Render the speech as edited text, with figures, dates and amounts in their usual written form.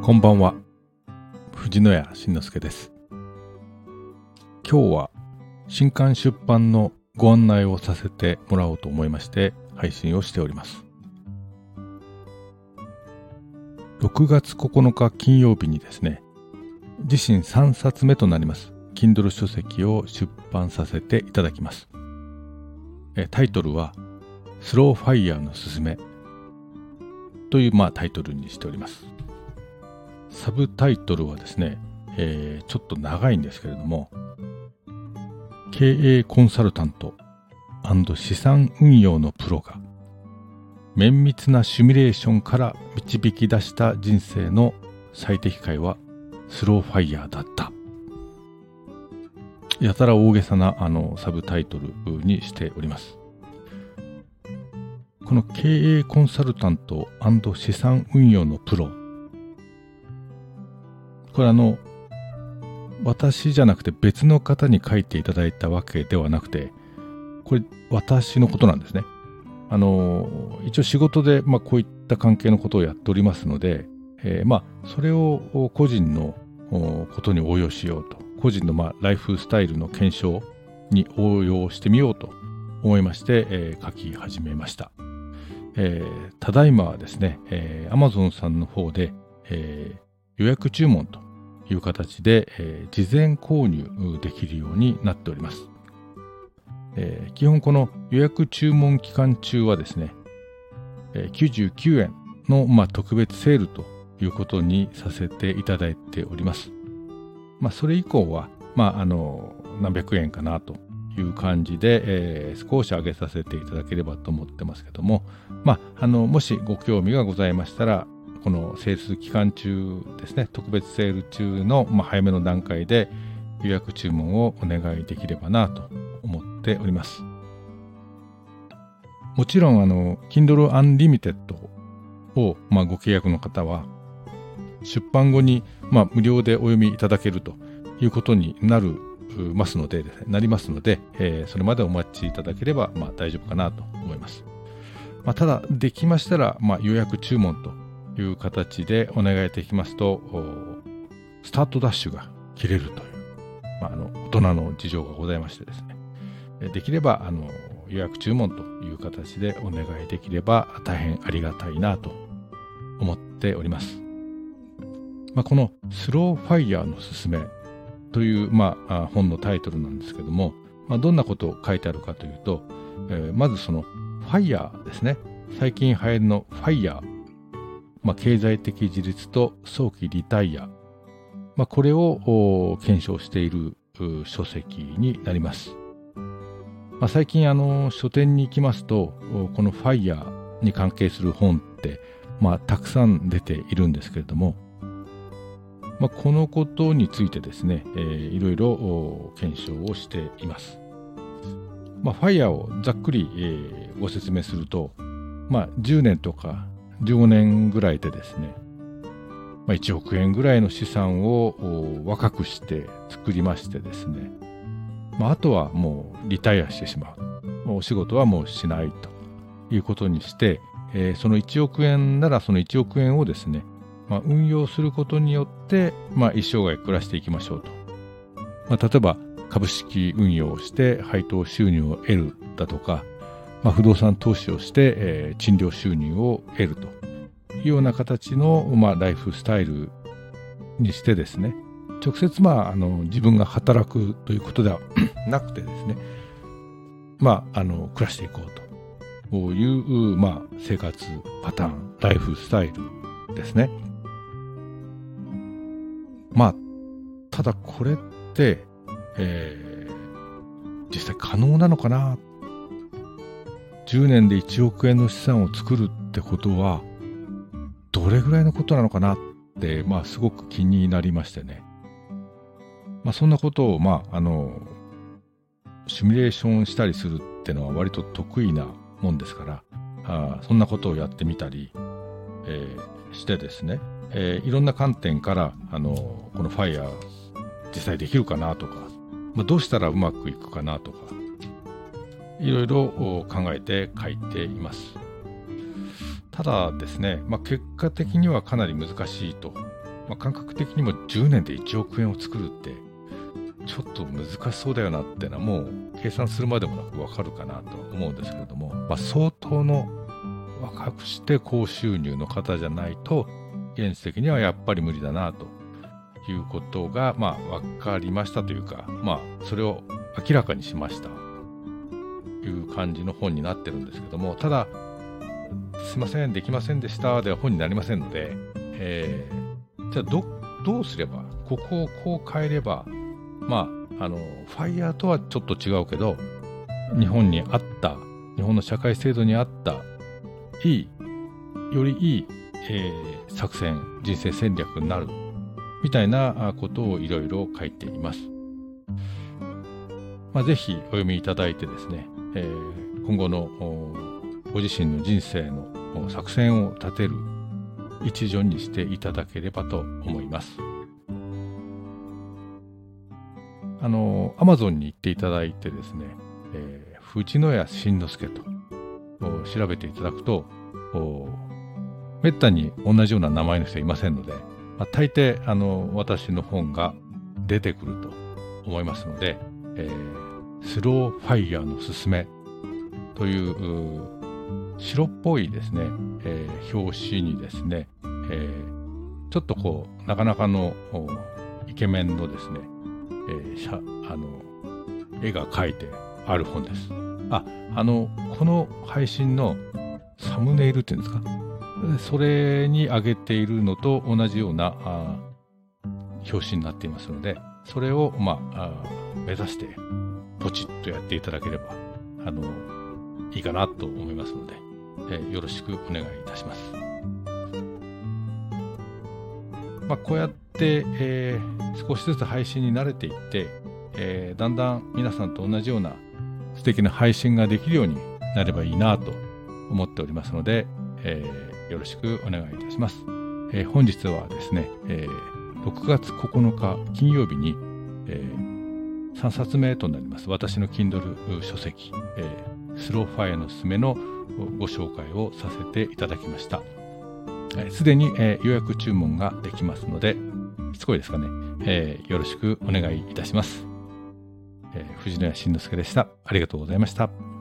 こんばんは、藤野谷慎之介です。今日は新刊出版のご案内をさせてもらおうと思いまして配信をしております。6月9日金曜日にですね、自身3冊目となります Kindle 書籍を出版させていただきます。タイトルはスローファイヤーのすすめというタイトルにしております。サブタイトルはですね、ちょっと長いんですけれども、経営コンサルタント&資産運用のプロが綿密なシミュレーションから導き出した人生の最適解はスローファイヤーだった。やたら大げさなサブタイトルにしております。この経営コンサルタント&資産運用のプロ、これ私じゃなくて別の方に書いていただいたわけではなくて、これ私のことなんですね。一応仕事でこういった関係のことをやっておりますので、それを個人のことに応用しようと、個人のライフスタイルの検証に応用してみようと思いまして、書き始めました。ただいまはですね、Amazon さんの方で、予約注文という形で、事前購入できるようになっております。基本この予約注文期間中はですね、99円の、特別セールということにさせていただいております。それ以降は、何百円かなという感じで、少し上げさせていただければと思ってますけども、もしご興味がございましたら、このセールス期間中ですね、特別セール中の、早めの段階で予約注文をお願いできればなと思っております。もちろんKindle Unlimited を、ご契約の方は出版後に、無料でお読みいただけるということになりますので、それまでお待ちいただければ、大丈夫かなと思います。ただできましたら、予約注文という形でお願いできますと、スタートダッシュが切れるという、大人の事情がございましてですね、できれば予約注文という形でお願いできれば大変ありがたいなと思っております。このスローファイヤーのすすめという、本のタイトルなんですけども、どんなことを書いてあるかというと、まずそのファイヤーですね。最近流行りのファイヤー、経済的自立と早期リタイア、これを検証している書籍になります。最近書店に行きますと、このファイヤーに関係する本って、たくさん出ているんですけれども、このことについてですね、いろいろ検証をしています。ファイヤーをざっくり、ご説明すると、10年とか15年ぐらいでですね、1億円ぐらいの資産を若くして作りましてですね、あとはもうリタイアしてしまう。お仕事はもうしないということにして、その1億円ならその1億円をですね、運用することによって、一生涯暮らしていきましょうと。例えば株式運用をして配当収入を得るだとか、不動産投資をして、賃料収入を得るというような形の、ライフスタイルにしてですね、直接自分が働くということではなくてですね、暮らしていこうという、生活パターン、ライフスタイルですね。ただこれって、実際可能なのかな。10年で1億円の資産を作るってことはどれぐらいのことなのかなって、すごく気になりましてね。そんなことをシミュレーションしたりするっていうのは割と得意なもんですから、そんなことをやってみたり、してですね、いろんな観点からこのファイヤー実際できるかなとか、どうしたらうまくいくかなとか、いろいろ考えて書いています。ただですね、結果的にはかなり難しいと感覚的にも10年で1億円を作るってちょっと難しそうだよなっていうのはもう計算するまでもなくわかるかなと思うんですけれども、相当の若くして高収入の方じゃないと現実的にはやっぱり無理だなということが分かりましたというか、それを明らかにしましたという感じの本になってるんですけども、ただすいませんできませんでしたでは本になりませんので、じゃあどうすればここをこう変えればファイヤーとはちょっと違うけど日本の社会制度に合ったよりいい、作戦人生戦略になるみたいなことをいろいろ書いています。ぜひお読みいただいてですね、今後のご自身の人生の作戦を立てる一助にしていただければと思います。Amazon に行っていただいてですね、藤野谷慎之介と調べていただくとめったに同じような名前の人はいませんので、大抵私の本が出てくると思いますので、スローファイヤーのすすめという白っぽいですね、表紙にですね、ちょっとなかなかのイケメンのですね、絵が描いてある本です。この配信のサムネイルっていうんですか、それに上げているのと同じような表紙になっていますので、それを目指してポチッとやっていただければいいかなと思いますので、よろしくお願いいたします。こうやって、少しずつ配信に慣れていって、だんだん皆さんと同じような素敵な配信ができるようになればいいなと思っておりますので、よろしくお願いいたします。本日はですね、6月9日金曜日に、3冊目となります私の Kindle 書籍、スローファイアのすすめのご紹介をさせていただきました。すでに、予約注文ができますので、しつこいですかね、よろしくお願いいたします。藤野谷慎之介でした。ありがとうございました。